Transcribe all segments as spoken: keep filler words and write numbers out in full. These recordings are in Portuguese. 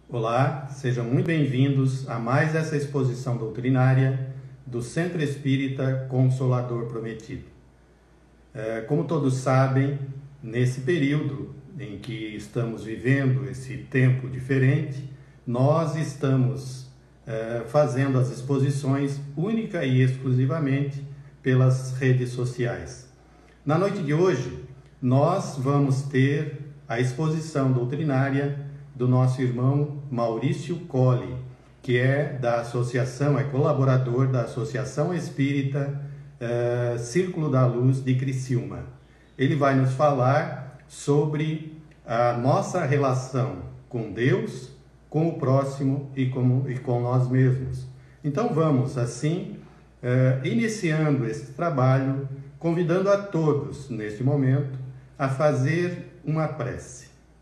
Olá, sejam muito bem-vindos a mais essa exposição doutrinária do Centro Espírita Consolador Prometido. É, como todos sabem, nesse período em que estamos vivendo esse tempo diferente, nós estamos é, fazendo as exposições única e exclusivamente pelas redes sociais. Na noite de hoje, nós vamos ter a exposição doutrinária do nosso irmão Maurício Colli, que é da associação, é colaborador da Associação Espírita eh, Círculo da Luz de Criciúma. Ele vai nos falar sobre a nossa relação com Deus, com o próximo e com, e com nós mesmos. Então vamos, assim, eh, iniciando esse trabalho, convidando a todos, neste momento, a fazer uma prece.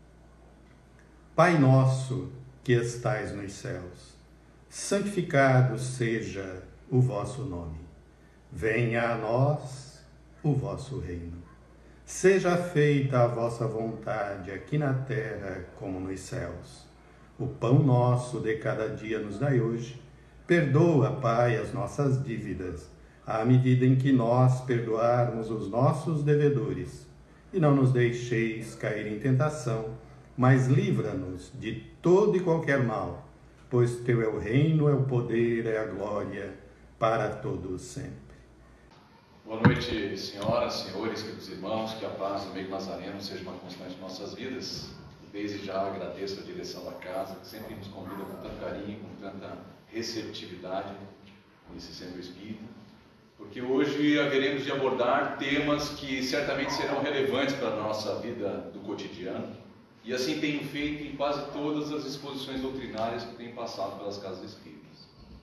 Pai nosso que estais nos céus, santificado seja o vosso nome. Venha a nós o vosso reino. Seja feita a vossa vontade aqui na terra como nos céus. O pão nosso de cada dia nos dai hoje. Perdoa, Pai, as nossas dívidas, à medida em que nós perdoarmos os nossos devedores. E não nos deixeis cair em tentação, mas livra-nos de todo e qualquer mal, pois Teu é o reino, é o poder, é a glória, para todos sempre. Boa noite, senhoras, senhores, queridos irmãos, que a paz do meio nazareno seja uma constante em nossas vidas. Desde já agradeço a direção da casa, que sempre nos convida com tanto carinho, com tanta receptividade nesse centro espírita, porque hoje haveremos de abordar temas que certamente serão relevantes para a nossa vida do cotidiano. E assim tenho feito em quase todas as exposições doutrinárias que tenho passado pelas casas espíritas.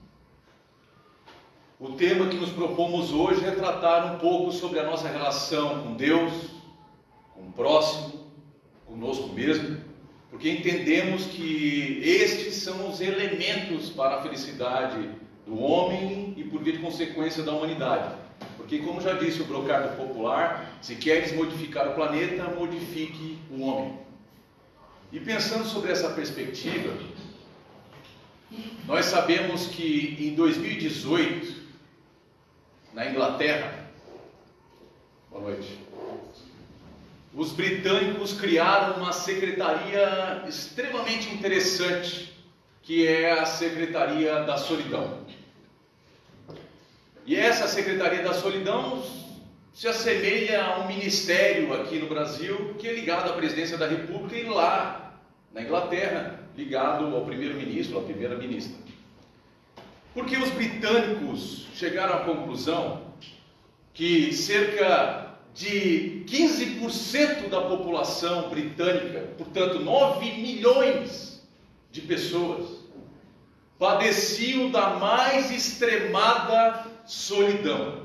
O tema que nos propomos hoje é tratar um pouco sobre a nossa relação com Deus, com o próximo, conosco mesmo, porque entendemos que estes são os elementos para a felicidade do homem e, por via de consequência, da humanidade. Porque, como já disse o brocardo popular, se queres modificar o planeta, modifique o homem. E pensando sobre essa perspectiva, nós sabemos que em dois mil e dezoito, na Inglaterra, boa noite, os britânicos criaram uma secretaria extremamente interessante, que é a Secretaria da Solidão. E essa Secretaria da Solidão se assemelha a um ministério aqui no Brasil, que é ligado à Presidência da República, e lá na Inglaterra, ligado ao primeiro-ministro, à primeira-ministra. Porque os britânicos chegaram à conclusão que cerca de quinze por cento da população britânica, portanto nove milhões de pessoas, padeciam da mais extremada solidão.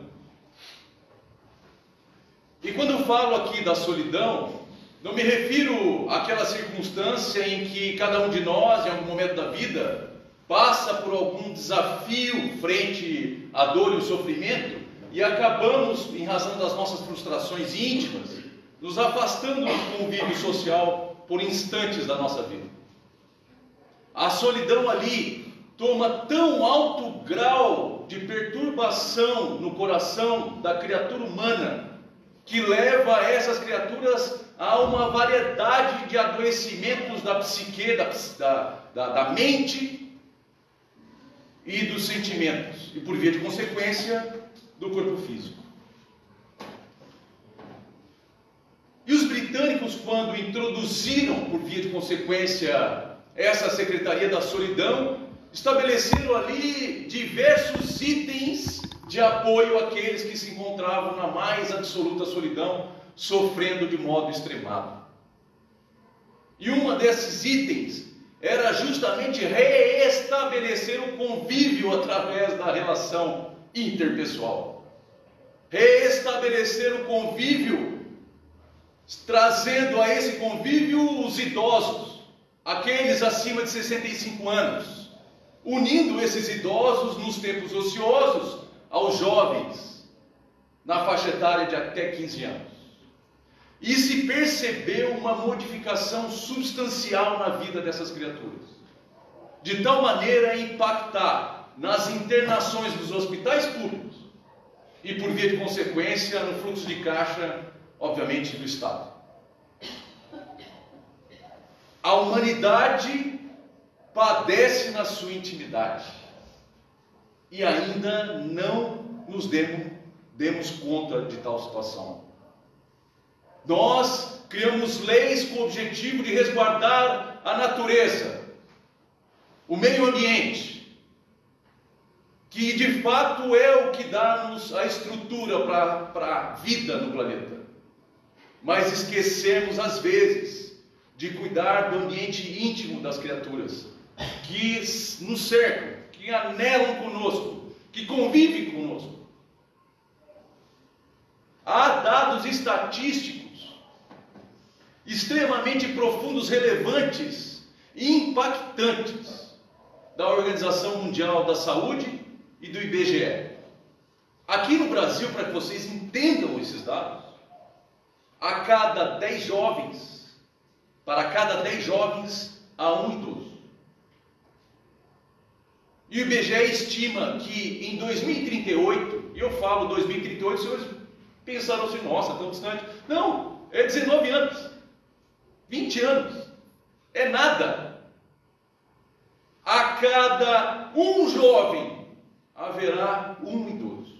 E quando eu falo aqui da solidão, não me refiro àquela circunstância em que cada um de nós, em algum momento da vida, passa por algum desafio frente à dor e ao sofrimento e acabamos, em razão das nossas frustrações íntimas, nos afastando do convívio social por instantes da nossa vida. A solidão ali toma tão alto grau de perturbação no coração da criatura humana que leva essas criaturas a uma variedade de adoecimentos da psique, da, da, da mente e dos sentimentos, e por via de consequência, do corpo físico. E os britânicos, quando introduziram, por via de consequência, essa Secretaria da Solidão, estabeleceram ali diversos itens de apoio àqueles que se encontravam na mais absoluta solidão, sofrendo de modo extremado. E um desses itens era justamente reestabelecer o convívio através da relação interpessoal. Reestabelecer o convívio, trazendo a esse convívio os idosos, aqueles acima de sessenta e cinco anos, unindo esses idosos nos tempos ociosos aos jovens, na faixa etária de até quinze anos. E se percebeu uma modificação substancial na vida dessas criaturas. de tal maneira a impactar nas internações dos hospitais públicos e, por via de consequência, no fluxo de caixa, obviamente, do Estado. A humanidade padece na sua intimidade e ainda não nos demos, demos conta de tal situação. Nós criamos leis com o objetivo de resguardar a natureza, o meio ambiente, que de fato é o que dá-nos a estrutura para a vida no planeta. Mas esquecemos às vezes de cuidar do ambiente íntimo das criaturas, que nos cercam, que anelam conosco, que convivem conosco. Há dados estatísticos extremamente profundos, relevantes e impactantes da Organização Mundial da Saúde e do I B G E. Aqui no Brasil, para que vocês entendam esses dados, a cada dez jovens, para cada dez jovens, há um idoso. E o I B G E estima que em dois mil e trinta e oito, e eu falo dois mil e trinta e oito, os senhores pensaram assim, nossa, tão distante. Não, é dezenove anos, vinte anos, é nada. A cada um jovem haverá um idoso.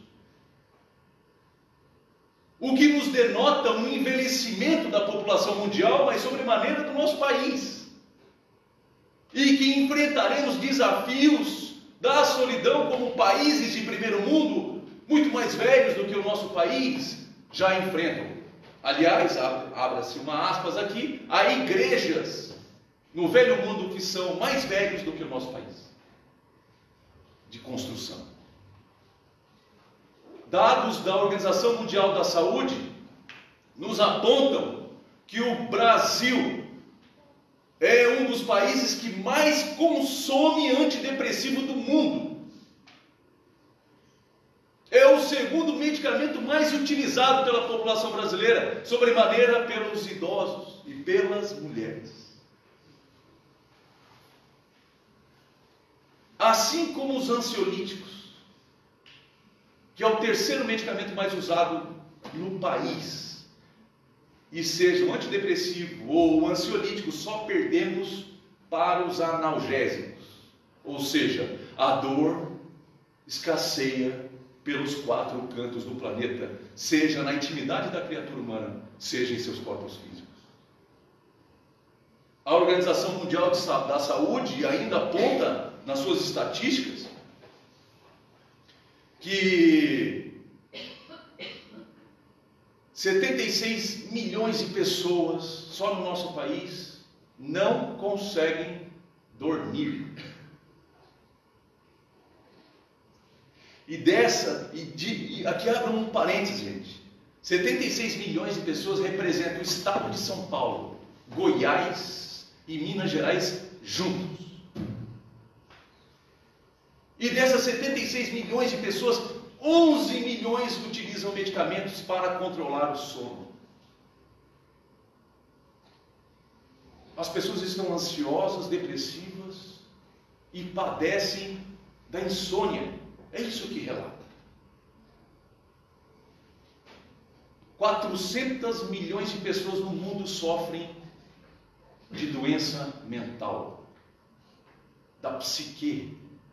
O que nos denota um envelhecimento da população mundial, mas sobremaneira do nosso país. E que enfrentaremos desafios da solidão como países de primeiro mundo, muito mais velhos do que o nosso país, já enfrentam. Aliás, abra-se uma aspas aqui, há igrejas no velho mundo que são mais velhos do que o nosso país, de construção. Dados da Organização Mundial da Saúde nos apontam que o Brasil é um dos países que mais consome antidepressivo do mundo. É o segundo medicamento mais utilizado pela população brasileira, sobremaneira pelos idosos e pelas mulheres. Assim como os ansiolíticos, que é o terceiro medicamento mais usado no país, e seja o antidepressivo ou o ansiolítico, só perdemos para os analgésicos, ou seja, a dor escasseia pelos quatro cantos do planeta, seja na intimidade da criatura humana, seja em seus corpos físicos. A Organização Mundial da Saúde ainda aponta nas suas estatísticas que setenta e seis milhões de pessoas só no nosso país não conseguem dormir. E dessa, e, de, e aqui abra um parênteses, gente. setenta e seis milhões de pessoas representam o estado de São Paulo, Goiás e Minas Gerais juntos. E dessas setenta e seis milhões de pessoas, onze milhões utilizam medicamentos para controlar o sono. As pessoas estão ansiosas, depressivas e padecem da insônia. É isso que relata. quatrocentos milhões de pessoas no mundo sofrem de doença mental, da psique.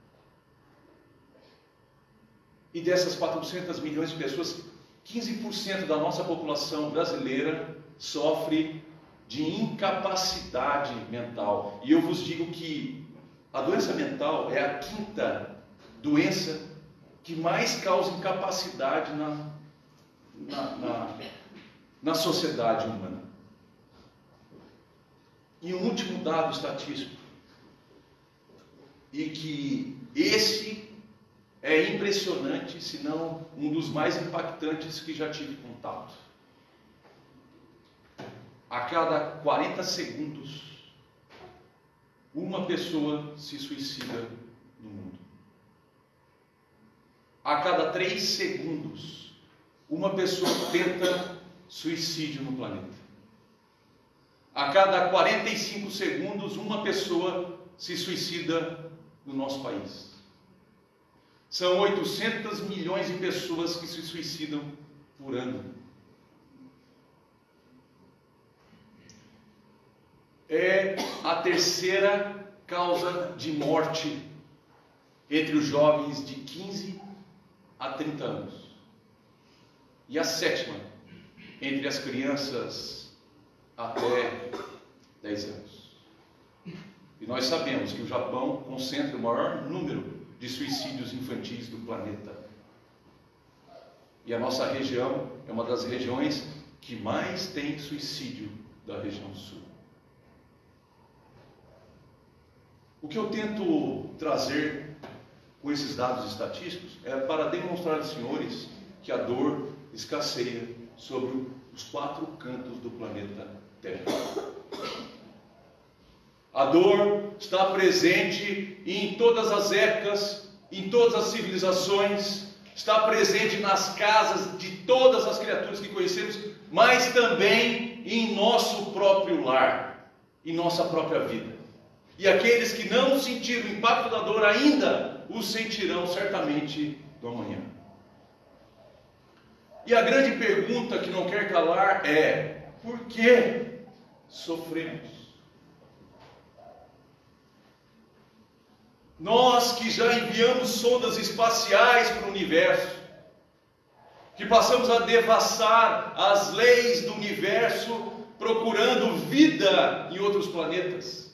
E dessas quatrocentos milhões de pessoas, quinze por cento da nossa população brasileira sofre de incapacidade mental. E eu vos digo que a doença mental é a quinta doença que mais causa incapacidade na, na, na, na sociedade humana. E um último dado estatístico, e que esse é impressionante, se não um dos mais impactantes que já tive contato. A cada quarenta segundos, uma pessoa se suicida no mundo. A cada três segundos, uma pessoa tenta suicídio no planeta. A cada quarenta e cinco segundos, uma pessoa se suicida no nosso país. São oitocentos milhões de pessoas que se suicidam por ano. É a terceira causa de morte entre os jovens de quinze a trinta anos. E a sétima entre as crianças até dez anos. E nós sabemos que o Japão concentra o maior número de suicídios infantis do planeta. E a nossa região é uma das regiões que mais tem suicídio da região sul. O que eu tento trazer com esses dados estatísticos é para demonstrar aos senhores que a dor escasseia sobre os quatro cantos do planeta Terra. A dor está presente em todas as épocas, em todas as civilizações, está presente nas casas de todas as criaturas que conhecemos, mas também em nosso próprio lar, em nossa própria vida. E aqueles que não sentiram o impacto da dor ainda, o sentirão certamente do amanhã. E a grande pergunta que não quer calar é: por que sofremos? Nós que já enviamos sondas espaciais para o universo, que passamos a devassar as leis do universo procurando vida em outros planetas,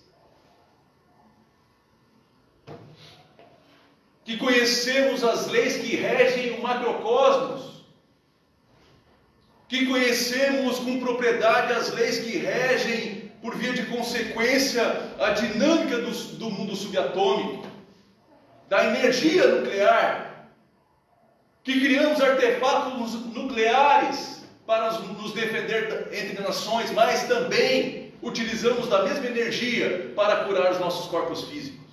que conhecemos as leis que regem o macrocosmos, que conhecemos com propriedade as leis que regem, por via de consequência, a dinâmica do, do mundo subatômico, da energia nuclear, que criamos artefatos nucleares para nos defender entre nações, mas também utilizamos da mesma energia para curar os nossos corpos físicos.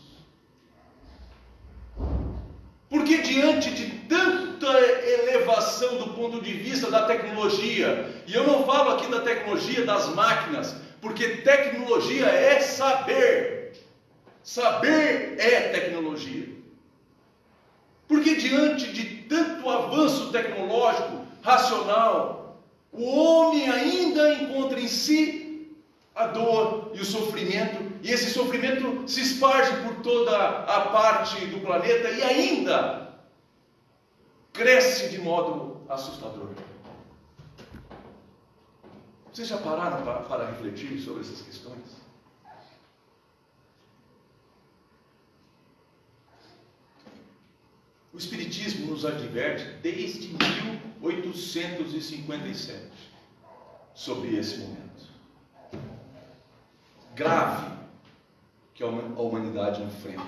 Porque diante de tanta elevação do ponto de vista da tecnologia, e eu não falo aqui da tecnologia das máquinas, porque tecnologia é saber. Saber é tecnologia. Porque diante de tanto avanço tecnológico, racional, o homem ainda encontra em si a dor e o sofrimento, e esse sofrimento se esparge por toda a parte do planeta e ainda cresce de modo assustador. Vocês já pararam para, para refletir sobre essas questões? O Espiritismo nos adverte desde mil oitocentos e cinquenta e sete sobre esse momento grave que a humanidade enfrenta.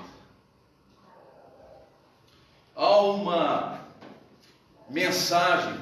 Há uma mensagem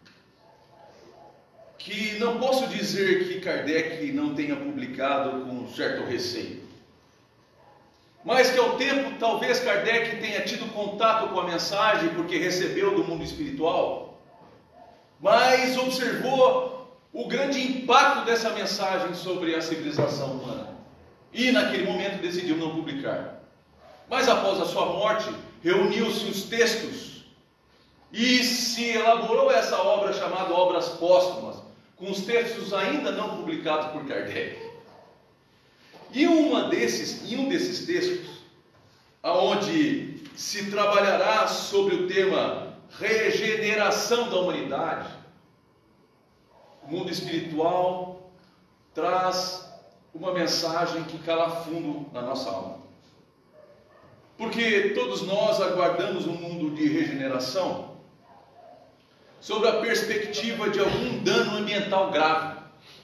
que não posso dizer que Kardec não tenha publicado com certo receio, mas que ao tempo talvez Kardec tenha tido contato com a mensagem porque recebeu do mundo espiritual, mas observou o grande impacto dessa mensagem sobre a civilização humana e naquele momento decidiu não publicar. Mas após a sua morte, reuniu-se os textos e se elaborou essa obra chamada Obras Póstumas, com os textos ainda não publicados por Kardec. E uma desses, em um desses textos, aonde se trabalhará sobre o tema regeneração da humanidade, o mundo espiritual traz uma mensagem que cala fundo na nossa alma. Porque todos nós aguardamos um mundo de regeneração sob a perspectiva de algum dano ambiental grave,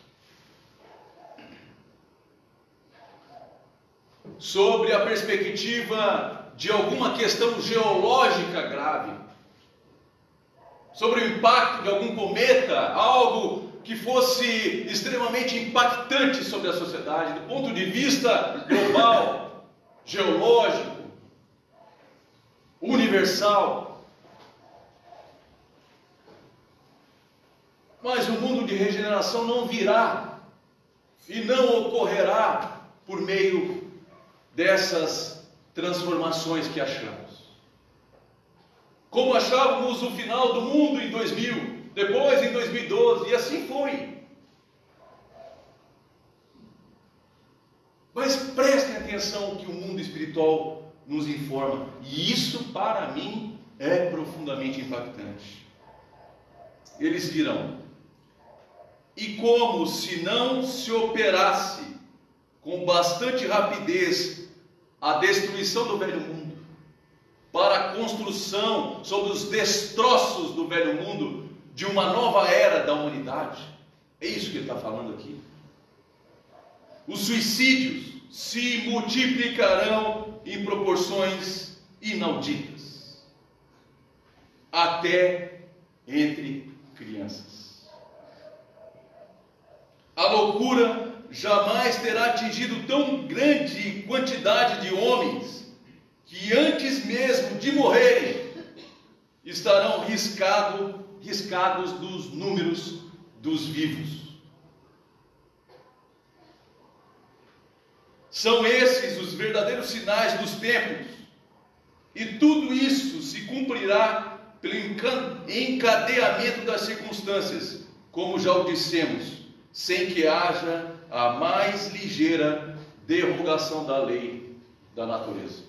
sobre a perspectiva de alguma questão geológica grave, sobre o impacto de algum cometa, algo que fosse extremamente impactante sobre a sociedade, do ponto de vista global, geológico, universal. Mas o mundo de regeneração não virá e não ocorrerá por meio dessas transformações que achamos. Como achávamos o final do mundo em dois mil, depois em dois mil e doze, e assim foi. Mas prestem atenção que o mundo espiritual nos informa, e isso para mim é profundamente impactante. Eles dirão: e como se não se operasse com bastante rapidez a destruição do velho mundo, para a construção sobre os destroços do velho mundo de uma nova era da humanidade. É isso que ele está falando aqui. Os suicídios se multiplicarão em proporções inauditas, até entre crianças. A loucura jamais terá atingido tão grande quantidade de homens que antes mesmo de morrerem estarão riscado, riscados dos números dos vivos. São esses os verdadeiros sinais dos tempos, e tudo isso se cumprirá pelo encadeamento das circunstâncias, como já o dissemos, sem que haja a mais ligeira derrogação da lei da natureza.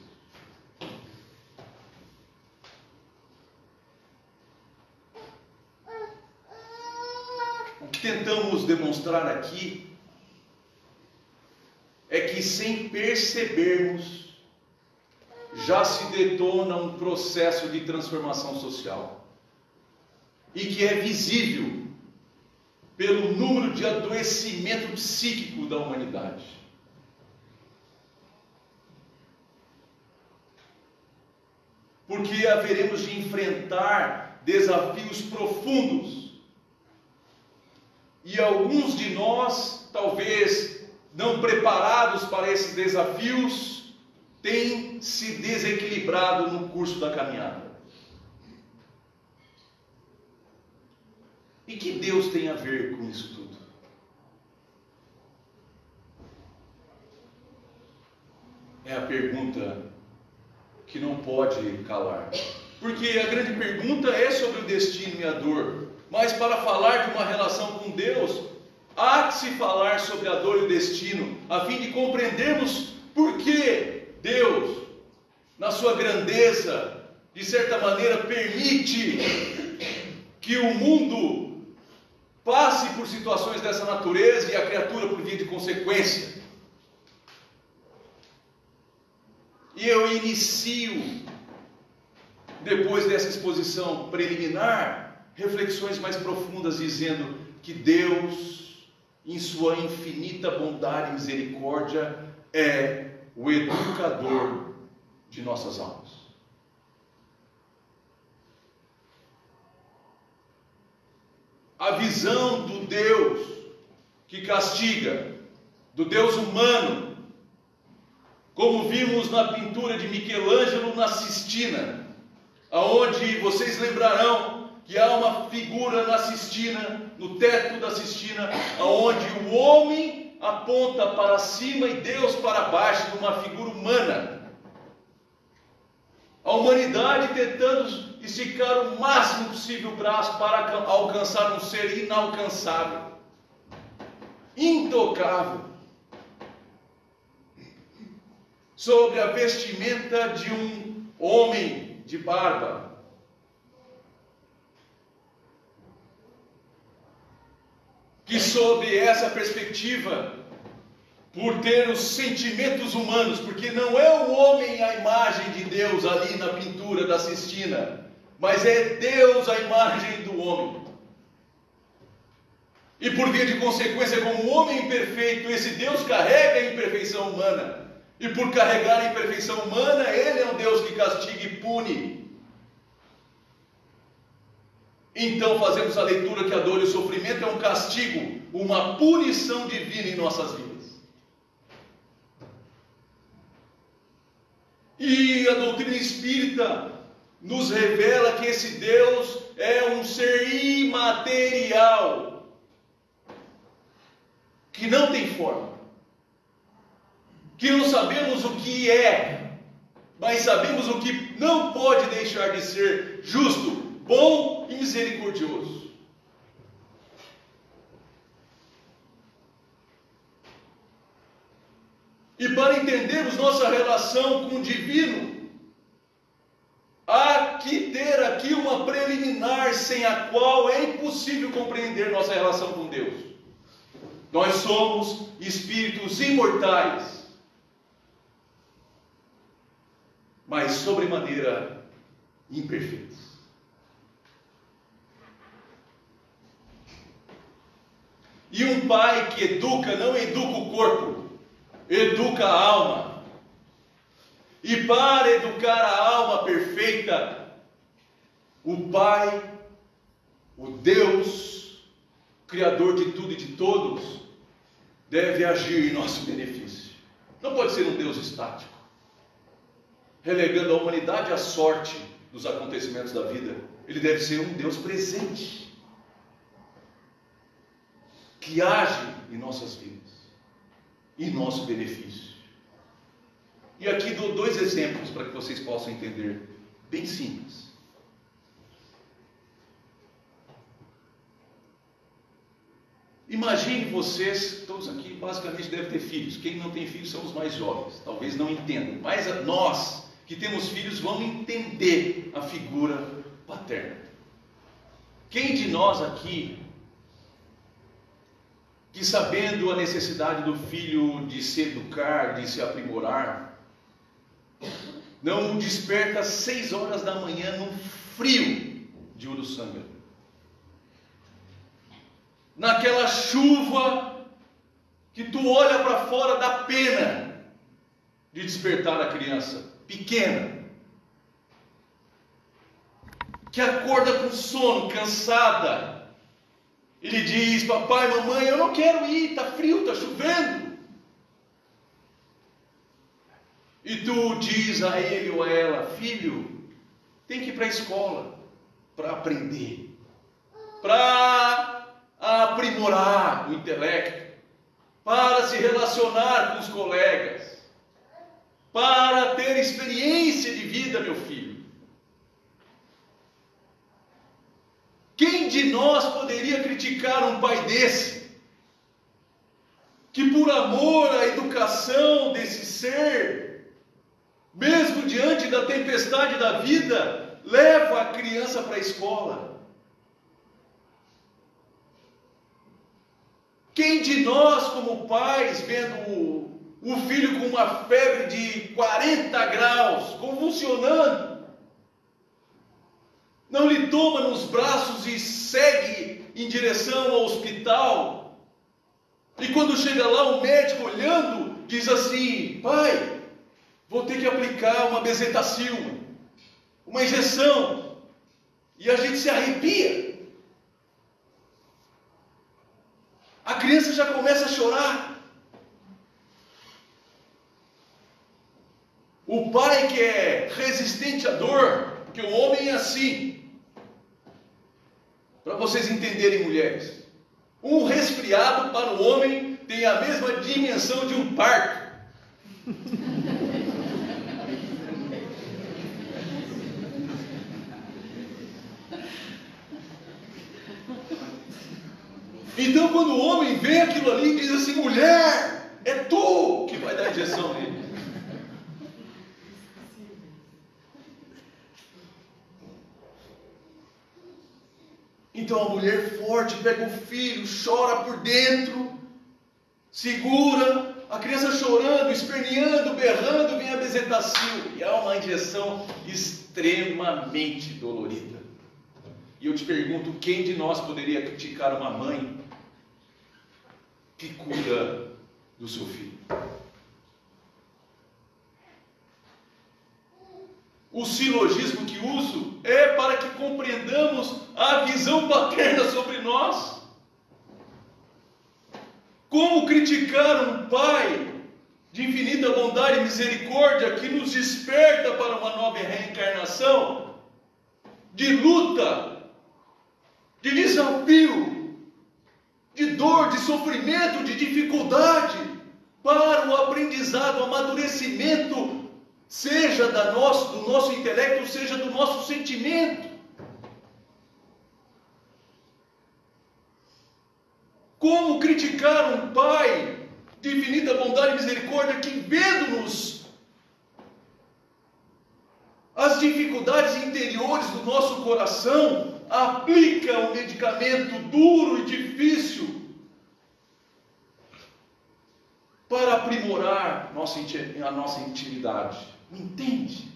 O que tentamos demonstrar aqui é que, sem percebermos, já se detona um processo de transformação social, e que é visível pelo número de adoecimento psíquico da humanidade. Porque haveremos de enfrentar desafios profundos, e alguns de nós, talvez não preparados para esses desafios, têm se desequilibrado no curso da caminhada. E que Deus tem a ver com isso tudo? É a pergunta que não pode calar. Porque a grande pergunta é sobre o destino e a dor. Mas para falar de uma relação com Deus, há que se falar sobre a dor e o destino, a fim de compreendermos por que Deus, na sua grandeza, de certa maneira permite que o mundo passe por situações dessa natureza e a criatura por via de consequência. E eu inicio, depois dessa exposição preliminar, reflexões mais profundas, dizendo que Deus, em sua infinita bondade e misericórdia, é o educador de nossas almas. A visão do Deus que castiga, do Deus humano, como vimos na pintura de Michelangelo na Sistina, aonde vocês lembrarão que há uma figura na Sistina, no teto da Sistina, aonde o homem aponta para cima e Deus para baixo, numa figura humana. A humanidade tentando esticar o máximo possível o braço para alcançar um ser inalcançável, intocável, sobre a vestimenta de um homem de barba. Que sob essa perspectiva, por ter os sentimentos humanos, porque não é o homem a imagem de Deus ali na pintura da Sistina, mas é Deus a imagem do homem. E por via de consequência, como homem imperfeito, esse Deus carrega a imperfeição humana. E por carregar a imperfeição humana, Ele é um Deus que castiga e pune. Então fazemos a leitura que a dor e o sofrimento é um castigo, uma punição divina em nossas vidas. E a doutrina espírita nos revela que esse Deus é um ser imaterial, que não tem forma, que não sabemos o que é, mas sabemos o que não pode deixar de ser justo, bom e misericordioso. E para entendermos nossa relação com o divino, há que ter aqui uma preliminar sem a qual é impossível compreender nossa relação com Deus. Nós somos espíritos imortais, mas sobremaneira imperfeitos. E um pai que educa, não educa o corpo, educa a alma. E para educar a alma perfeita, o Pai, o Deus, Criador de tudo e de todos, deve agir em nosso benefício. Não pode ser um Deus estático, relegando a humanidade à sorte dos acontecimentos da vida. Ele deve ser um Deus presente, que age em nossas vidas, em nosso benefício. E aqui dou dois exemplos para que vocês possam entender, bem simples. Imagine vocês, todos aqui basicamente devem ter filhos. Quem não tem filhos são os mais jovens, talvez não entendam. Mas nós que temos filhos vamos entender a figura paterna. Quem de nós aqui, que sabendo a necessidade do filho de se educar, de se aprimorar, não o desperta às seis horas da manhã num frio de Uruçanga, naquela chuva que tu olha para fora, dá pena de despertar a criança pequena, que acorda com sono, cansada. Ele diz: papai, mamãe, eu não quero ir, está frio, está chovendo. E tu diz a ele ou a ela: filho, tem que ir para a escola para aprender, para aprimorar o intelecto, para se relacionar com os colegas, para ter experiência de vida, meu filho. Quem de nós poderia criticar um pai desse, que por amor à educação desse ser, mesmo diante da tempestade da vida, leva a criança para a escola? Quem de nós, como pais, vendo o, o filho com uma febre de quarenta graus, convulsionando, não lhe toma nos braços e segue em direção ao hospital? E quando chega lá, o médico olhando, diz assim: pai, vou ter que aplicar uma bezetacil, uma injeção. E a gente se arrepia. A criança já começa a chorar. O pai que é resistente à dor, porque o homem é assim. Para vocês entenderem, mulheres, um resfriado para o homem tem a mesma dimensão de um parto. Então, quando o homem vê aquilo ali, diz assim: mulher, é tu que vai dar a injeção nele. Então a mulher forte pega o filho, chora por dentro, segura, a criança chorando, esperneando, berrando, vem a bezetacil, e é uma injeção extremamente dolorida. E eu te pergunto, quem de nós poderia criticar uma mãe que cuida do seu filho? O silogismo que uso é para que compreendamos a visão paterna sobre nós. Como criticar um pai de infinita bondade e misericórdia que nos desperta para uma nova reencarnação, de luta, de desafio, de dor, de sofrimento, de dificuldade, para o aprendizado, o amadurecimento, seja da nosso, do nosso intelecto, seja do nosso sentimento. Como criticar um Pai de infinita bondade e misericórdia que, vendo-nos as dificuldades interiores do nosso coração, aplica um medicamento duro e difícil para aprimorar nossa, a nossa intimidade? Entende?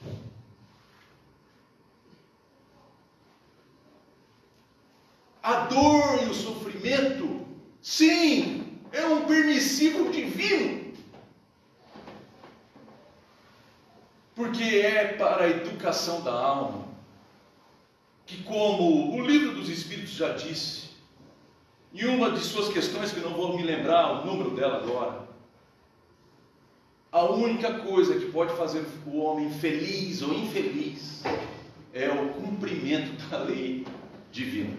A dor e o sofrimento, sim, é um permissível divino. Porque é para a educação da alma, que, como o livro dos Espíritos já disse, em uma de suas questões, que não vou me lembrar o número dela agora, a única coisa que pode fazer o homem feliz ou infeliz é o cumprimento da lei divina.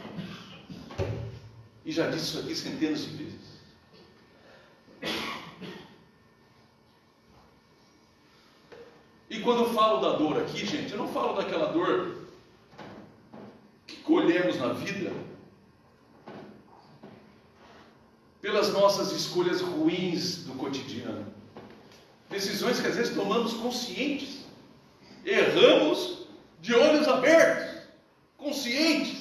E já disse isso aqui centenas de vezes. E quando eu falo da dor aqui, gente, eu não falo daquela dor que colhemos na vida pelas nossas escolhas ruins do cotidiano. Decisões que às vezes tomamos conscientes. Erramos de olhos abertos, conscientes.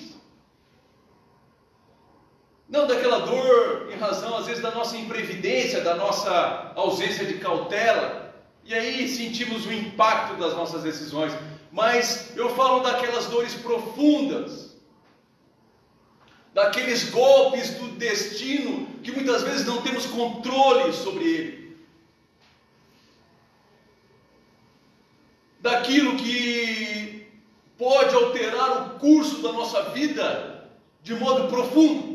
Não daquela dor em razão, às vezes, da nossa imprevidência, da nossa ausência de cautela. E aí sentimos o impacto das nossas decisões. Mas eu falo daquelas dores profundas, daqueles golpes do destino que muitas vezes não temos controle sobre ele. Daquilo que pode alterar o curso da nossa vida de modo profundo.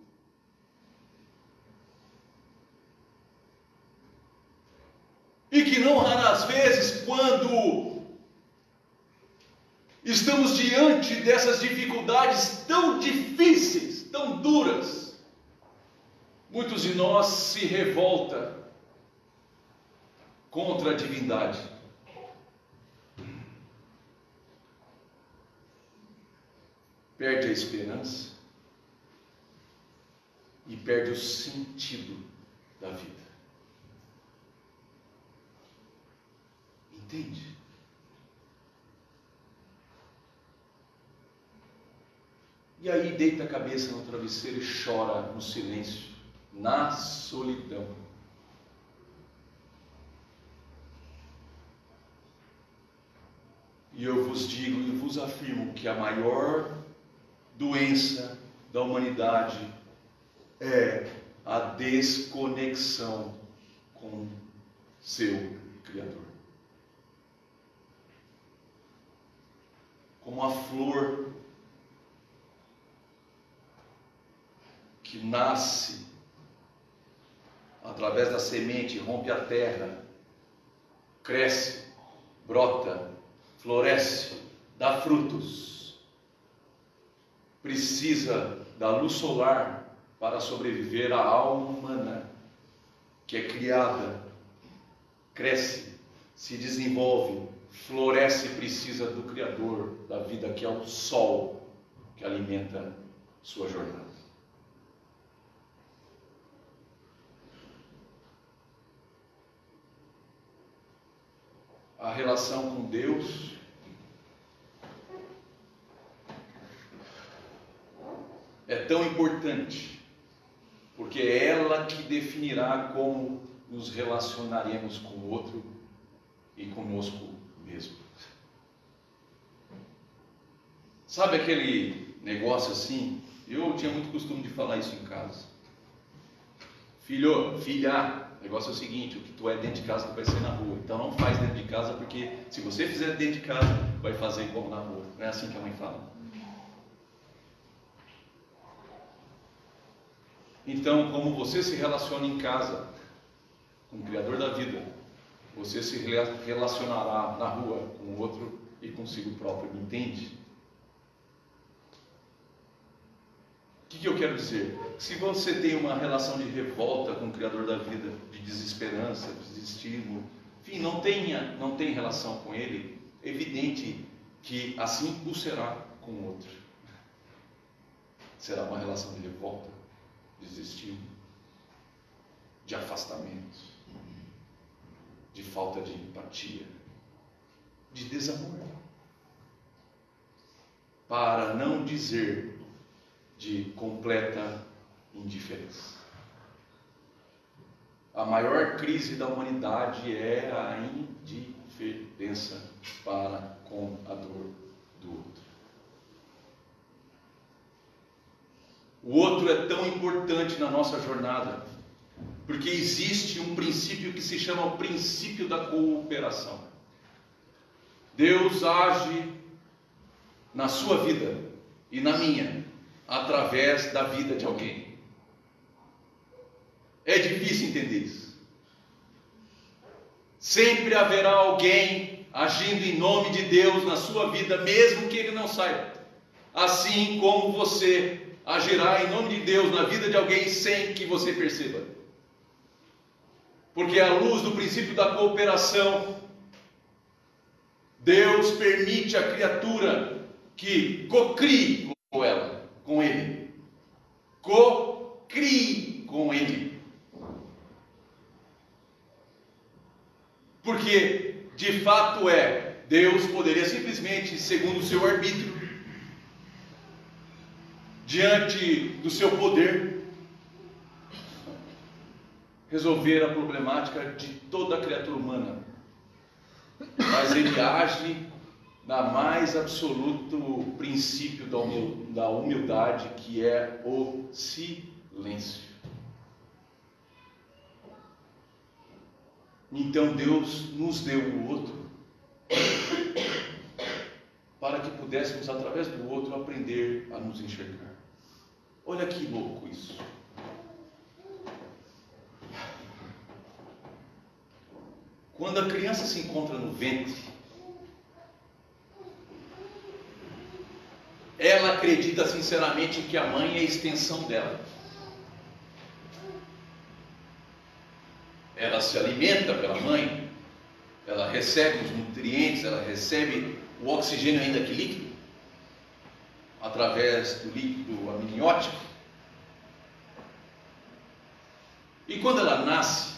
E que não raras vezes, quando estamos diante dessas dificuldades tão difíceis, tão duras, muitos de nós se revoltam contra a divindade. Perde a esperança e perde o sentido da vida. Entende? E aí deita a cabeça no travesseiro e chora no silêncio, na solidão. E eu vos digo e vos afirmo que a maior doença da humanidade é a desconexão com seu Criador. Como a flor que nasce através da semente, rompe a terra, cresce, brota, floresce, dá frutos, precisa da luz solar para sobreviver. A alma humana, que é criada, cresce, se desenvolve, floresce, precisa do Criador da vida, que é o sol que alimenta sua jornada. A relação com Deus é tão importante, porque é ela que definirá como nos relacionaremos com o outro e conosco mesmo. Sabe aquele negócio assim? Eu tinha muito costume de falar isso em casa. Filho, filha, o negócio é o seguinte: o que tu é dentro de casa, tu vai ser na rua. Então não faz dentro de casa, porque se você fizer dentro de casa, vai fazer como na rua. Não é assim que a mãe fala. Então, como você se relaciona em casa com o Criador da vida, você se relacionará na rua com o outro e consigo próprio, entende? que, que eu quero dizer? Se você tem uma relação de revolta com o Criador da vida, de desesperança, de desestímulo, enfim, não, tenha, não tem relação com Ele, é evidente que assim o será com o outro. Será uma relação de revolta, de desestímulo, de afastamento, de falta de empatia, de desamor, para não dizer de completa indiferença. A maior crise da humanidade é a indiferença para com a dor do outro. O outro é tão importante na nossa jornada, porque existe um princípio que se chama o princípio da cooperação. Deus age na sua vida e na minha, através da vida de alguém. É difícil entender isso. Sempre haverá alguém agindo em nome de Deus na sua vida, mesmo que ele não saiba. Assim como você agirá em nome de Deus na vida de alguém sem que você perceba. Porque à luz do princípio da cooperação, Deus permite à criatura que cocrie com ela, com Ele. Cocrie com Ele. Porque, de fato é, Deus poderia simplesmente, segundo o seu arbítrio, diante do seu poder, resolver a problemática de toda a criatura humana. Mas Ele age na mais absoluto princípio da humildade, que é o silêncio. Então Deus nos deu o outro para que pudéssemos, através do outro, aprender a nos enxergar. Olha que louco isso. Quando a criança se encontra no ventre, ela acredita sinceramente que a mãe é a extensão dela. Ela se alimenta pela mãe, ela recebe os nutrientes, ela recebe o oxigênio ainda que líquido, através do líquido amniótico. E quando ela nasce,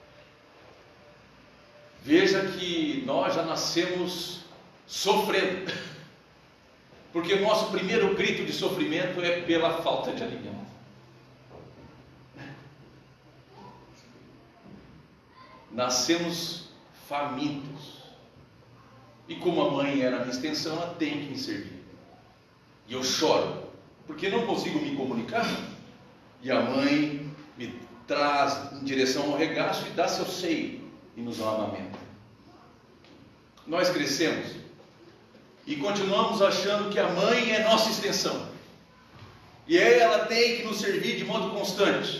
veja que nós já nascemos sofrendo, porque o nosso primeiro grito de sofrimento é pela falta de alimento. Nascemos famintos, e como a mãe era a minha extensão, ela tem que me servir, e eu choro, porque não consigo me comunicar, e a mãe me traz em direção ao regaço e dá seu seio, e nos amamenta. Nós crescemos, e continuamos achando que a mãe é nossa extensão, e ela tem que nos servir de modo constante.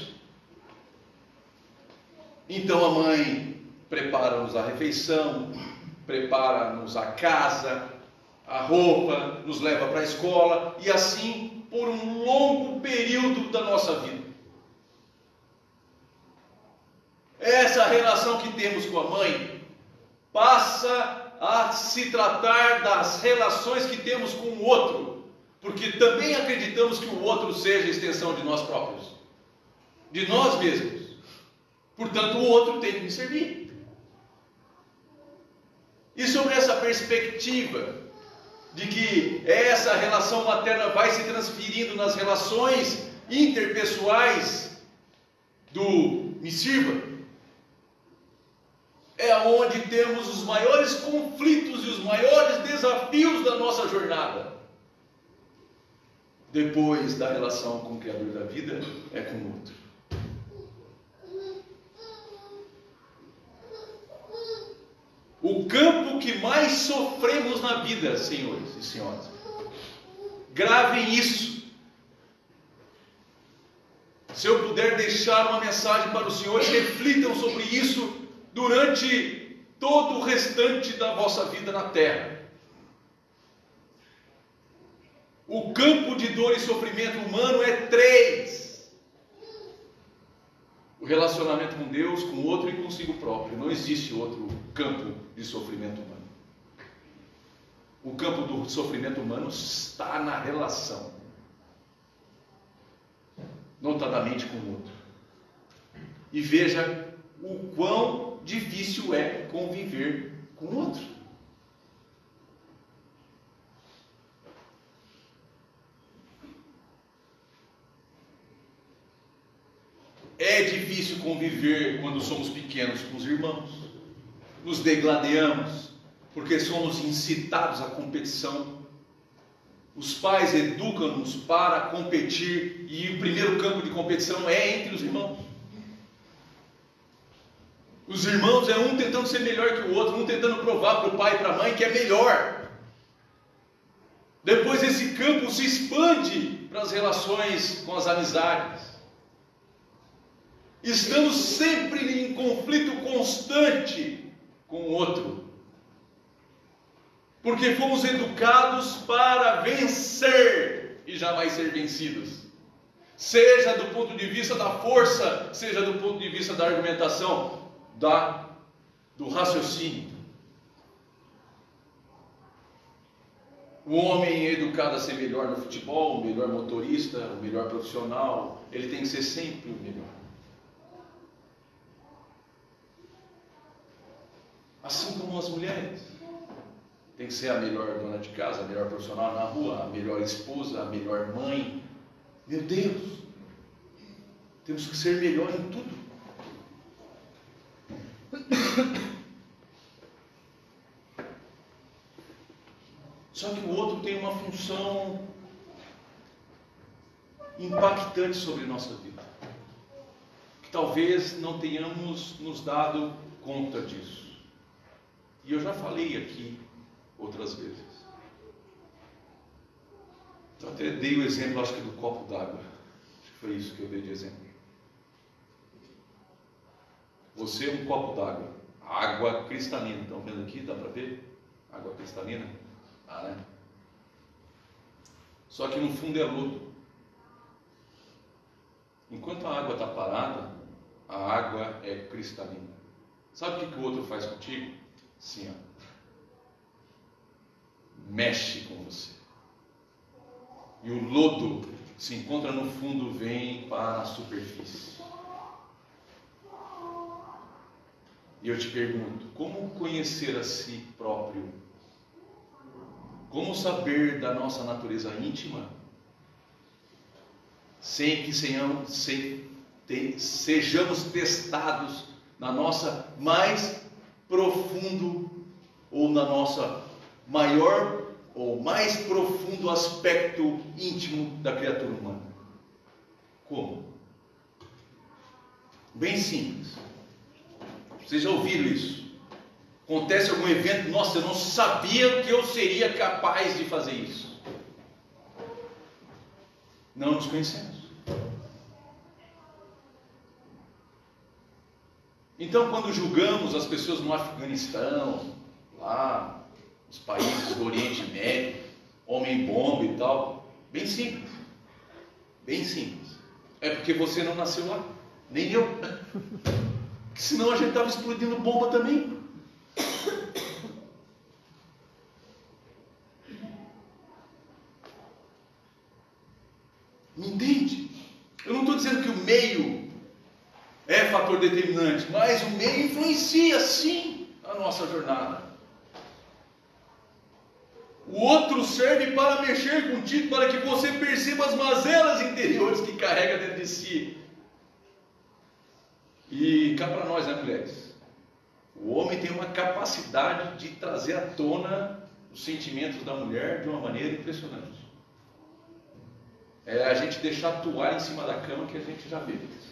Então a mãe prepara-nos a refeição, prepara-nos a casa, a roupa, nos leva para a escola, e assim por um longo período da nossa vida. Essa relação que temos com a mãe passa a se tratar das relações que temos com o outro, porque também acreditamos que o outro seja a extensão de nós próprios, de nós mesmos. Portanto, o outro tem que me servir. E sobre essa perspectiva de que essa relação materna vai se transferindo nas relações interpessoais do me sirva, é onde temos os maiores conflitos e os maiores desafios da nossa jornada. Depois da relação com o Criador da vida, é com o outro. O campo que mais sofremos na vida, senhores e senhoras, gravem isso. Se eu puder deixar uma mensagem para os senhores, reflitam sobre isso durante todo o restante da vossa vida na terra. O campo de dor e sofrimento humano é três: o relacionamento com Deus, com o outro e consigo próprio. Não existe outro campo de sofrimento humano. O campo do sofrimento humano está na relação, notadamente com o outro. E veja o quão difícil é conviver com o outro. É difícil conviver quando somos pequenos com os irmãos. Nos degladiamos, porque somos incitados à competição. Os pais educam-nos para competir, e o primeiro campo de competição é entre os irmãos. Os irmãos é um tentando ser melhor que o outro, um tentando provar para o pai e para a mãe que é melhor. Depois esse campo se expande para as relações com as amizades. Estamos sempre em conflito constante com o outro, porque fomos educados para vencer e jamais ser vencidos, seja do ponto de vista da força, seja do ponto de vista da argumentação, da, do raciocínio. O homem é educado a ser melhor no futebol, o melhor motorista, o melhor profissional. Ele tem que ser sempre o melhor. Assim como as mulheres. Tem que ser a melhor dona de casa, a melhor profissional na rua, a melhor esposa, a melhor mãe. Meu Deus! Temos que ser melhor em tudo. Só que o outro tem uma função impactante sobre a nossa vida, que talvez não tenhamos nos dado conta disso. E eu já falei aqui outras vezes. Eu até dei o exemplo, acho que do copo d'água. Acho que foi isso que eu dei de exemplo. Você é um copo d'água, água cristalina. Estão vendo aqui? Dá para ver? Água cristalina? Ah, né? Só que no fundo é lodo. Enquanto a água está parada, a água é cristalina. Sabe o que, que o outro faz contigo? Sim, ó. Mexe com você. E o lodo se encontra no fundo, vem para a superfície. E eu te pergunto, como conhecer a si próprio? Como saber da nossa natureza íntima, sem que sejamos, sem, te, sejamos testados na nossa mais profundo, ou na nossa maior ou mais profundo aspecto íntimo da criatura humana? Como? Bem simples. Vocês já ouviram isso? Acontece algum evento, nossa, eu não sabia que eu seria capaz de fazer isso. Não nos conhecemos. Então, quando julgamos as pessoas no Afeganistão, lá, os países do Oriente Médio, homem-bomba e tal, bem simples. Bem simples. É porque você não nasceu lá, nem eu. Porque senão a gente estava explodindo bomba também. Me entende? Eu não estou dizendo que o meio é fator determinante, mas o meio influencia sim a nossa jornada. O outro serve para mexer contigo, para que você perceba as mazelas interiores que carrega dentro de si. E cá para nós, né, mulheres? O homem tem uma capacidade de trazer à tona os sentimentos da mulher de uma maneira impressionante. É a gente deixar a toalha em cima da cama que a gente já vê.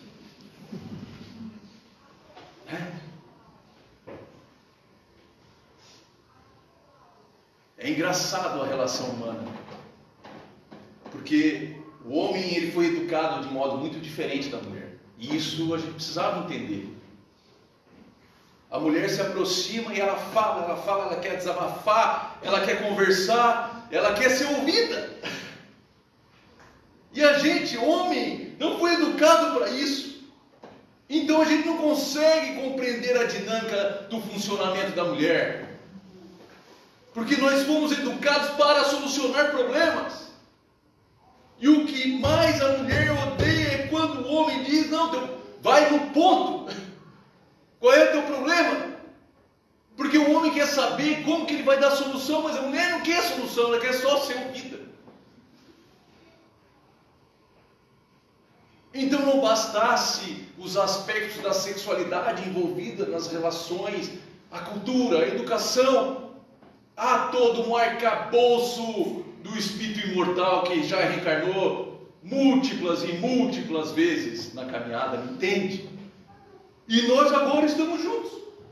É engraçado a relação humana, porque o homem ele foi educado de modo muito diferente da mulher, e isso a gente precisava entender. A mulher se aproxima e ela fala, ela fala, ela quer desabafar, ela quer conversar, ela quer ser ouvida. E a gente, homem, não foi educado para isso. Então a gente não consegue compreender a dinâmica do funcionamento da mulher. Porque nós fomos educados para solucionar problemas. E o que mais a mulher odeia é quando o homem diz, não, teu, vai no ponto. Qual é o teu problema? Porque o homem quer saber como que ele vai dar solução, mas a mulher não quer solução, ela quer só ser ouvida. Então não bastasse os aspectos da sexualidade envolvida nas relações, a cultura, a educação, há todo um arcabouço do espírito imortal que já reencarnou múltiplas e múltiplas vezes na caminhada, me entende? E nós agora estamos juntos.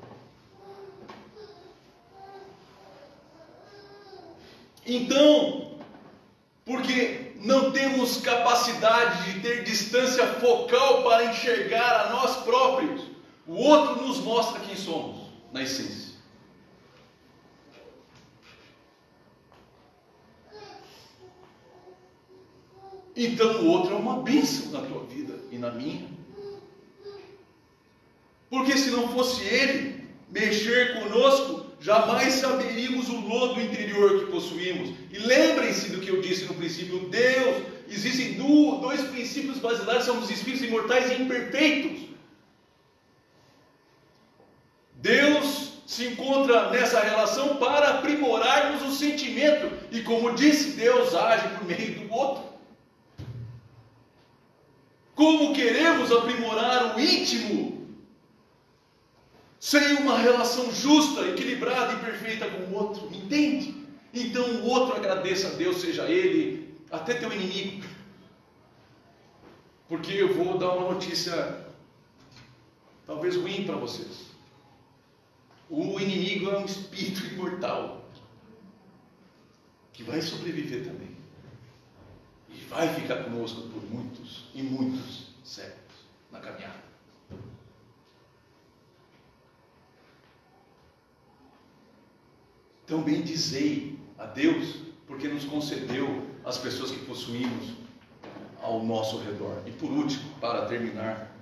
Então, porque não temos capacidade de ter distância focal para enxergar a nós próprios, o outro nos mostra quem somos, na essência. Então o outro é uma bênção na tua vida e na minha. Porque se não fosse ele mexer conosco, jamais saberíamos o lodo interior que possuímos. E lembrem-se do que eu disse no princípio, Deus, existem dois princípios basilares, somos espíritos imortais e imperfeitos. Deus se encontra nessa relação para aprimorarmos o sentimento. E como disse, Deus age por meio do outro. Como queremos aprimorar o íntimo sem uma relação justa, equilibrada e perfeita com o outro? Entende? Então o outro agradeça a Deus, seja ele até teu inimigo. Porque eu vou dar uma notícia talvez ruim para vocês. O inimigo é um espírito imortal que vai sobreviver também. E vai ficar conosco por muitos e muitos séculos na caminhada. Então bendizei a Deus, porque nos concedeu as pessoas que possuímos ao nosso redor. E por último, para terminar,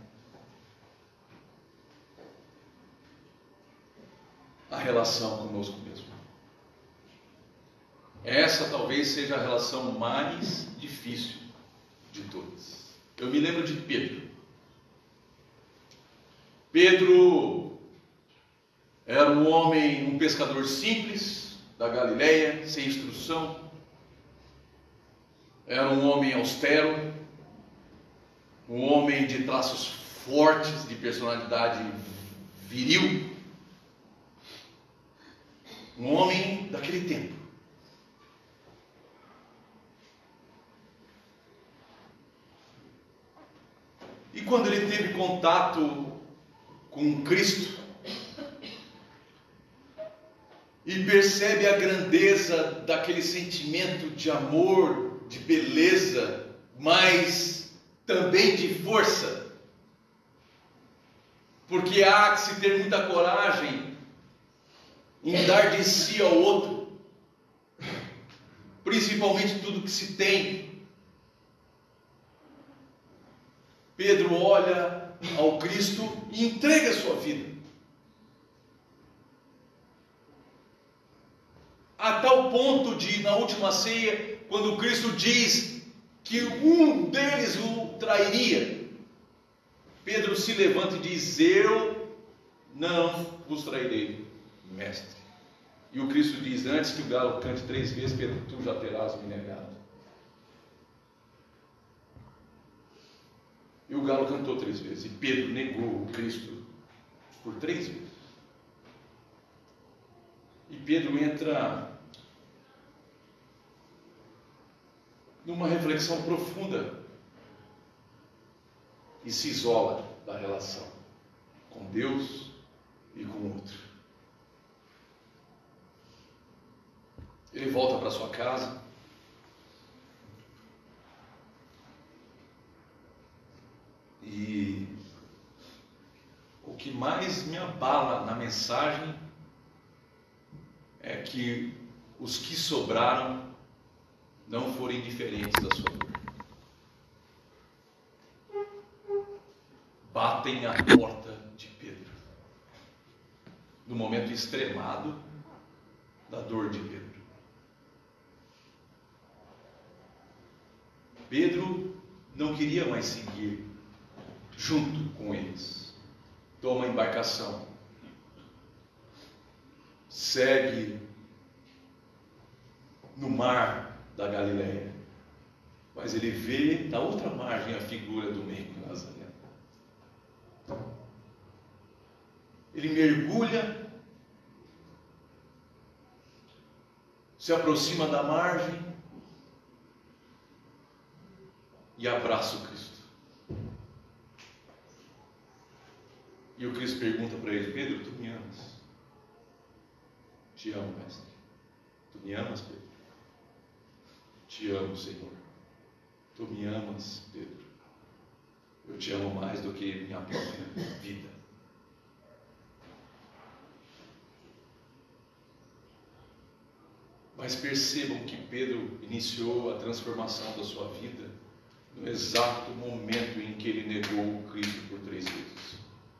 a relação conosco mesmo. Essa talvez seja a relação mais difícil de todas. Eu me lembro de Pedro. Pedro era um homem, um pescador simples da Galileia, sem instrução. Era um homem austero, um homem de traços fortes, de personalidade viril. Um homem daquele tempo. E quando ele teve contato com Cristo e percebe a grandeza daquele sentimento de amor, de beleza, mas também de força, porque há que se ter muita coragem em dar de si ao outro, principalmente tudo que se tem. Pedro olha ao Cristo e entrega a sua vida. A tal ponto de, na última ceia, quando Cristo diz que um deles o trairia, Pedro se levanta e diz: eu não vos trairei, mestre. E o Cristo diz: antes que o galo cante três vezes, Pedro, tu já terás me negado. E o galo cantou três vezes, e Pedro negou o Cristo por três vezes. E Pedro entra numa reflexão profunda e se isola da relação com Deus e com o outro. Ele volta para sua casa. E o que mais me abala na mensagem é que os que sobraram não foram indiferentes da sua dor. batem à porta de Pedro. No momento extremado da dor de Pedro. Pedro não queria mais seguir junto com eles. Toma a embarcação. Segue no mar da Galileia. Mas ele vê na outra margem a figura do menino Nazareno. Ele mergulha, se aproxima da margem e abraça o Cristo. E o Cristo pergunta para ele: Pedro, tu me amas? Te amo, mestre. Tu me amas, Pedro? Te amo, Senhor. Tu me amas, Pedro. Eu te amo mais do que minha própria vida. Mas percebam que Pedro iniciou a transformação da sua vida no exato momento em que ele negou o Cristo por três vezes.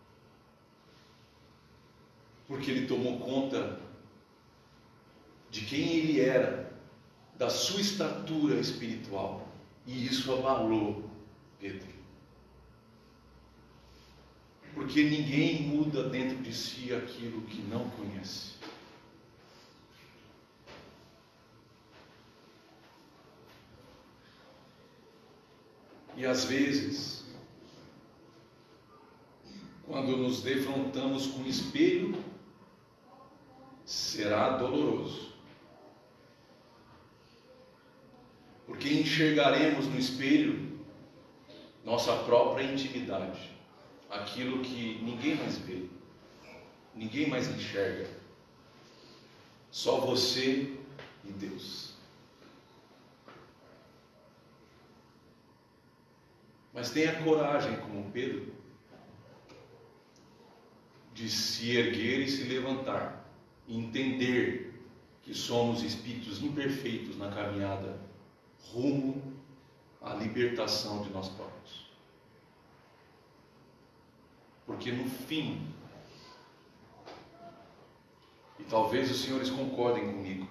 Porque ele tomou conta de quem ele era, da sua estatura espiritual, e isso abalou Pedro. Porque ninguém muda dentro de si aquilo que não conhece. E às vezes, quando nos defrontamos com o espelho, será doloroso. Porque enxergaremos no espelho nossa própria intimidade, aquilo que ninguém mais vê, ninguém mais enxerga, só você e Deus. Mas tenha coragem, como Pedro, de se erguer e se levantar, e entender que somos espíritos imperfeitos na caminhada rumo à libertação de nós próprios. Porque no fim, e talvez os senhores concordem comigo,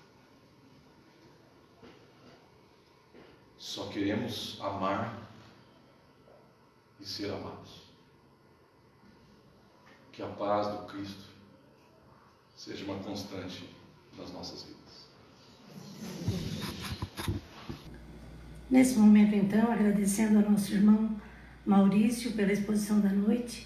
só queremos amar e ser amados. Que a paz do Cristo seja uma constante nas nossas vidas. Nesse momento, então, agradecendo ao nosso irmão Maurício pela exposição da noite,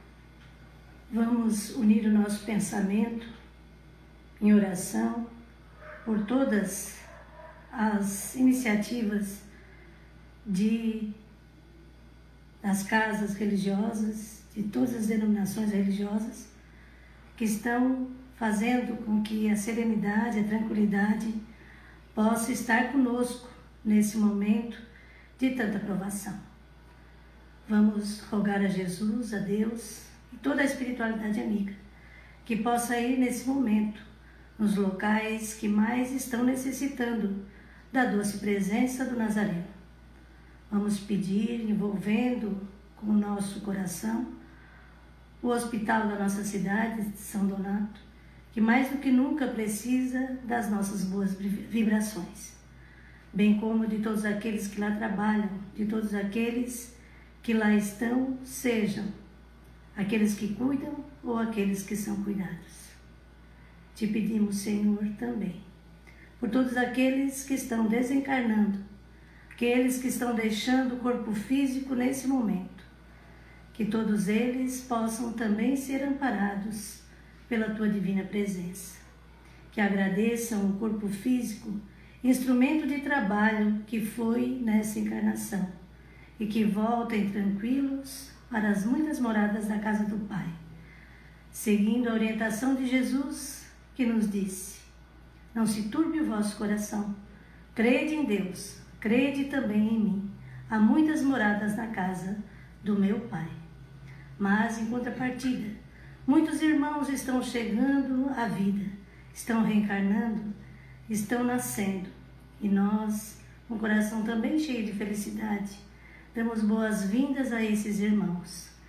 vamos unir o nosso pensamento em oração por todas as iniciativas de, das casas religiosas, de todas as denominações religiosas, que estão fazendo com que a serenidade, a tranquilidade possa estar conosco nesse momento de tanta provação. Vamos rogar a Jesus, a Deus e toda a espiritualidade amiga que possa ir nesse momento nos locais que mais estão necessitando da doce presença do Nazareno. Vamos pedir, envolvendo com o nosso coração, o hospital da nossa cidade, de São Donato, que mais do que nunca precisa das nossas boas vibrações, bem como de todos aqueles que lá trabalham, de todos aqueles que lá estão, sejam aqueles que cuidam ou aqueles que são cuidados. Te pedimos, Senhor, também, por todos aqueles que estão desencarnando, aqueles que estão deixando o corpo físico nesse momento, que todos eles possam também ser amparados pela Tua divina presença. Que agradeçam o corpo físico, instrumento de trabalho que foi nessa encarnação, e que voltem tranquilos para as muitas moradas da casa do Pai, seguindo a orientação de Jesus, que nos disse: não se turbe o vosso coração, crede em Deus, crede também em mim. Há muitas moradas na casa do meu Pai. Mas, em contrapartida, muitos irmãos estão chegando à vida, estão reencarnando, estão nascendo. E nós, com o coração também cheio de felicidade, damos boas-vindas a esses irmãos,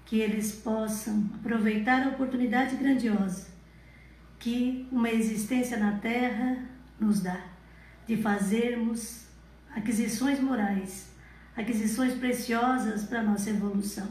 que eles possam aproveitar a oportunidade grandiosa que uma existência na Terra nos dá, de fazermos aquisições morais, aquisições preciosas para a nossa evolução.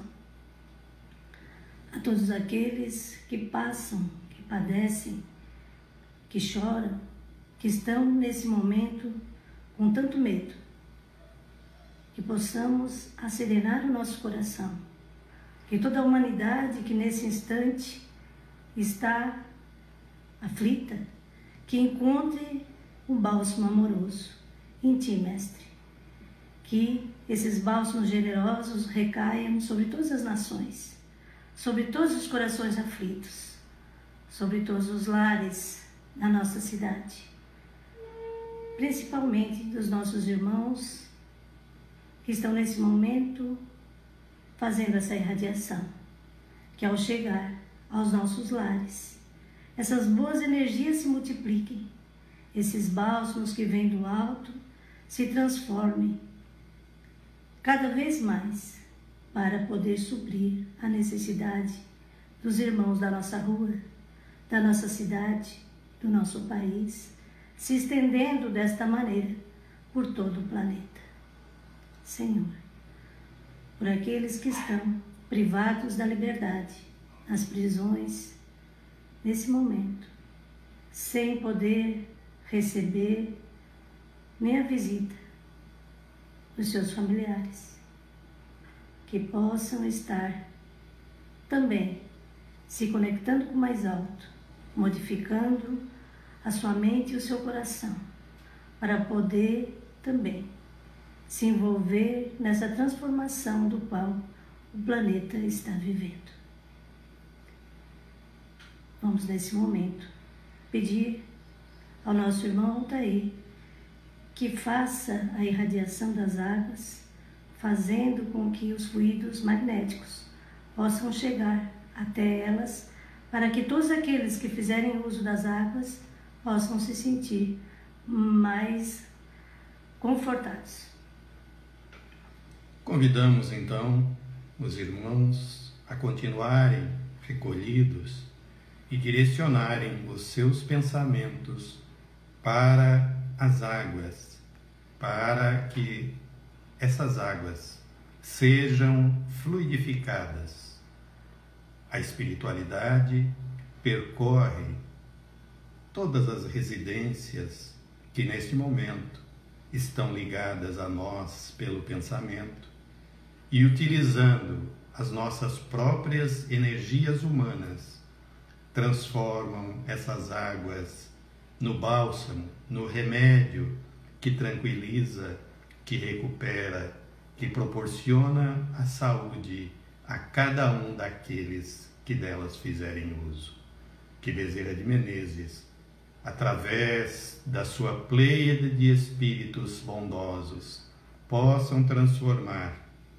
A todos aqueles que passam, que padecem, que choram, que estão nesse momento com tanto medo, que possamos acerenar o nosso coração, que toda a humanidade que nesse instante está aflita, que encontre um bálsamo amoroso em Ti, Mestre, que esses bálsamos generosos recaiam sobre todas as nações, sobre todos os corações aflitos, sobre todos os lares da nossa cidade, principalmente dos nossos irmãos que estão nesse momento fazendo essa irradiação, que ao chegar aos nossos lares, essas boas energias se multipliquem, esses bálsamos que vêm do alto se transformem cada vez mais para poder suprir a necessidade dos irmãos da nossa rua, da nossa cidade, do nosso país, se estendendo desta maneira por todo o planeta. Senhor, por aqueles que estão privados da liberdade, nas prisões, nesse momento, sem poder receber nem a visita dos seus familiares, que possam estar também se conectando com o mais alto, modificando a sua mente e o seu coração, para poder também se envolver nessa transformação do qual o planeta está vivendo. Vamos nesse momento pedir ao nosso irmão Altair que faça a irradiação das águas, fazendo com que os fluidos magnéticos possam chegar até elas, para que todos aqueles que fizerem uso das águas possam se sentir mais confortados. Convidamos então os irmãos a continuarem recolhidos e direcionarem os seus pensamentos para as águas, para que essas águas sejam fluidificadas. A espiritualidade percorre todas as residências que neste momento estão ligadas a nós pelo pensamento e, utilizando as nossas próprias energias humanas, transformam essas águas no bálsamo, no remédio que tranquiliza, que recupera, que proporciona a saúde a cada um daqueles que delas fizerem uso. Que Bezerra de Menezes, através da sua pleiade de espíritos bondosos, possam transformar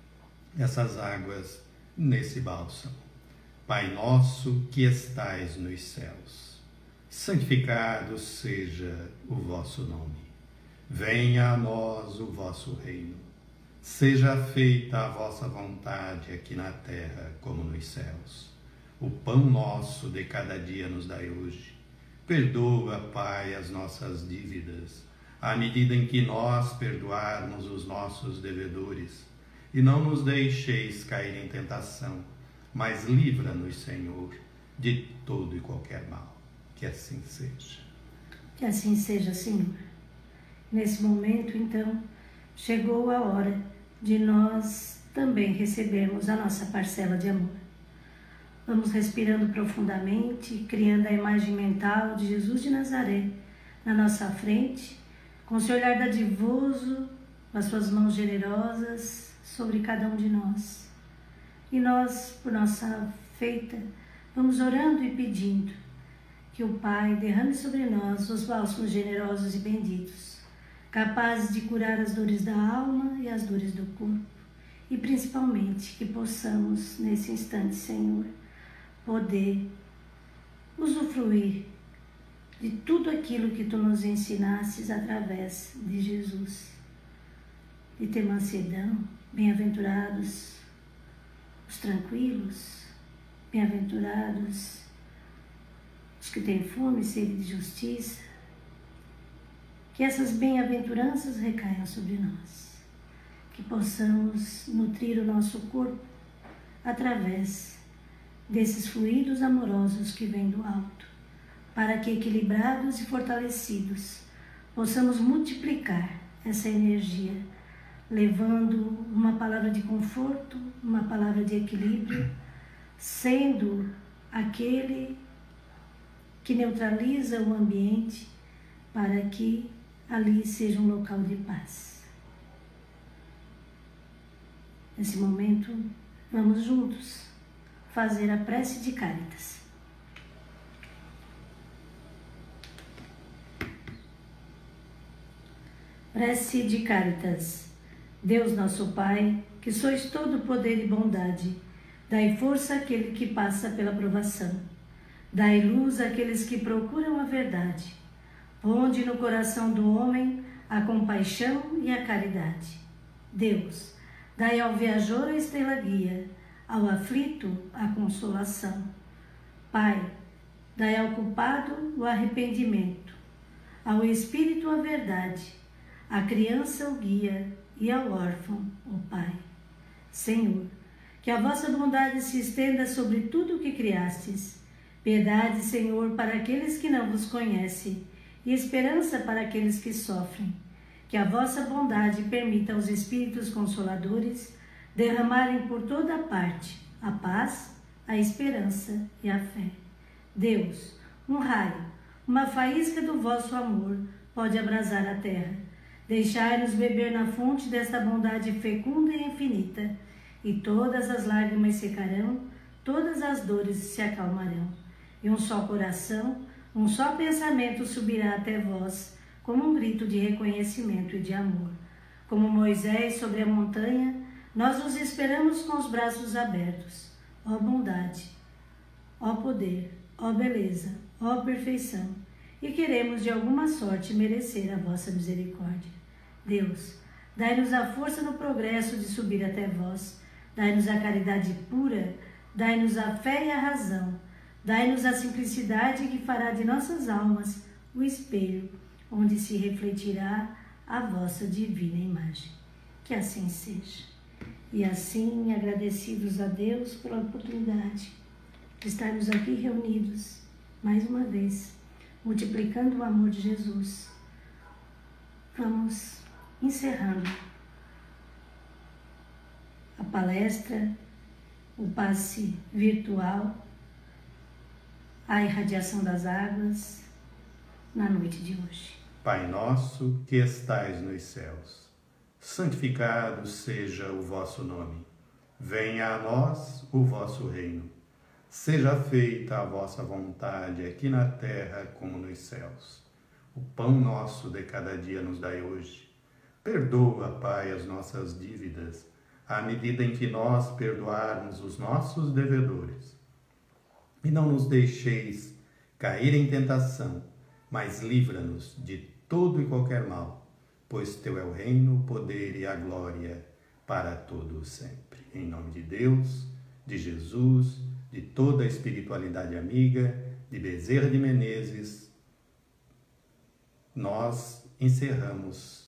essas águas nesse bálsamo. Pai nosso que estais nos céus, santificado seja o vosso nome. Venha a nós o vosso reino. Seja feita a vossa vontade aqui na terra como nos céus. O pão nosso de cada dia nos dai hoje. Perdoa, Pai, as nossas dívidas, à medida em que nós perdoarmos os nossos devedores. E não nos deixeis cair em tentação, mas livra-nos, Senhor, de todo e qualquer mal. Que assim seja. Que assim seja, Senhor. Nesse momento, então, chegou a hora de nós também recebermos a nossa parcela de amor. Vamos respirando profundamente, criando a imagem mental de Jesus de Nazaré na nossa frente, com seu olhar dadivoso, com as suas mãos generosas sobre cada um de nós. E nós, por nossa feita, vamos orando e pedindo que o Pai derrame sobre nós os bálsamos generosos e benditos, capazes de curar as dores da alma e as dores do corpo, e principalmente que possamos, nesse instante, Senhor, poder usufruir de tudo aquilo que Tu nos ensinasses através de Jesus, de ter mansidão, bem-aventurados os tranquilos, bem-aventurados os que têm fome e sede de justiça, que essas bem-aventuranças recaiam sobre nós, que possamos nutrir o nosso corpo através desses fluidos amorosos que vêm do alto, para que, equilibrados e fortalecidos, possamos multiplicar essa energia, levando uma palavra de conforto, uma palavra de equilíbrio, sendo aquele que neutraliza o ambiente para que ali seja um local de paz. Nesse momento, vamos juntos fazer a prece de Cáritas. Prece de Cáritas. Deus nosso Pai, que sois todo poder e bondade, dai força àquele que passa pela provação. Dai luz àqueles que procuram a verdade. Ponde no coração do homem a compaixão e a caridade. Deus, dai ao viajor a estrela guia, ao aflito a consolação. Pai, dai ao culpado o arrependimento, ao espírito a verdade, à criança o guia e ao órfão o Pai. Senhor, que a vossa bondade se estenda sobre tudo o que criastes. Piedade, Senhor, para aqueles que não vos conhecem e esperança para aqueles que sofrem. Que a vossa bondade permita aos Espíritos Consoladores derramarem por toda a parte a paz, a esperança e a fé. Deus, um raio, uma faísca do vosso amor pode abrasar a terra. Deixai-nos beber na fonte desta bondade fecunda e infinita, e todas as lágrimas secarão, todas as dores se acalmarão. E um só coração, um só pensamento subirá até vós, como um grito de reconhecimento e de amor. Como Moisés sobre a montanha, nós os esperamos com os braços abertos. Ó bondade, ó poder, ó beleza, ó perfeição, e queremos de alguma sorte merecer a vossa misericórdia. Deus, dai-nos a força no progresso de subir até vós, dai-nos a caridade pura, dai-nos a fé e a razão, dai-nos a simplicidade que fará de nossas almas o espelho onde se refletirá a vossa divina imagem. Que assim seja. E assim, agradecidos a Deus pela oportunidade de estarmos aqui reunidos, mais uma vez, multiplicando o amor de Jesus, vamos encerrando a palestra, o passe virtual, a irradiação das águas na noite de hoje. Pai nosso que estais nos céus, santificado seja o vosso nome. Venha a nós o vosso reino. Seja feita a vossa vontade aqui na terra como nos céus. O pão nosso de cada dia nos dai hoje. Perdoa, Pai, as nossas dívidas, à medida em que nós perdoarmos os nossos devedores. E não nos deixeis cair em tentação, mas livra-nos de todo e qualquer mal, pois teu é o reino, o poder e a glória para todo sempre. Em nome de Deus, de Jesus, de toda a espiritualidade amiga, de Bezerra de Menezes, nós encerramos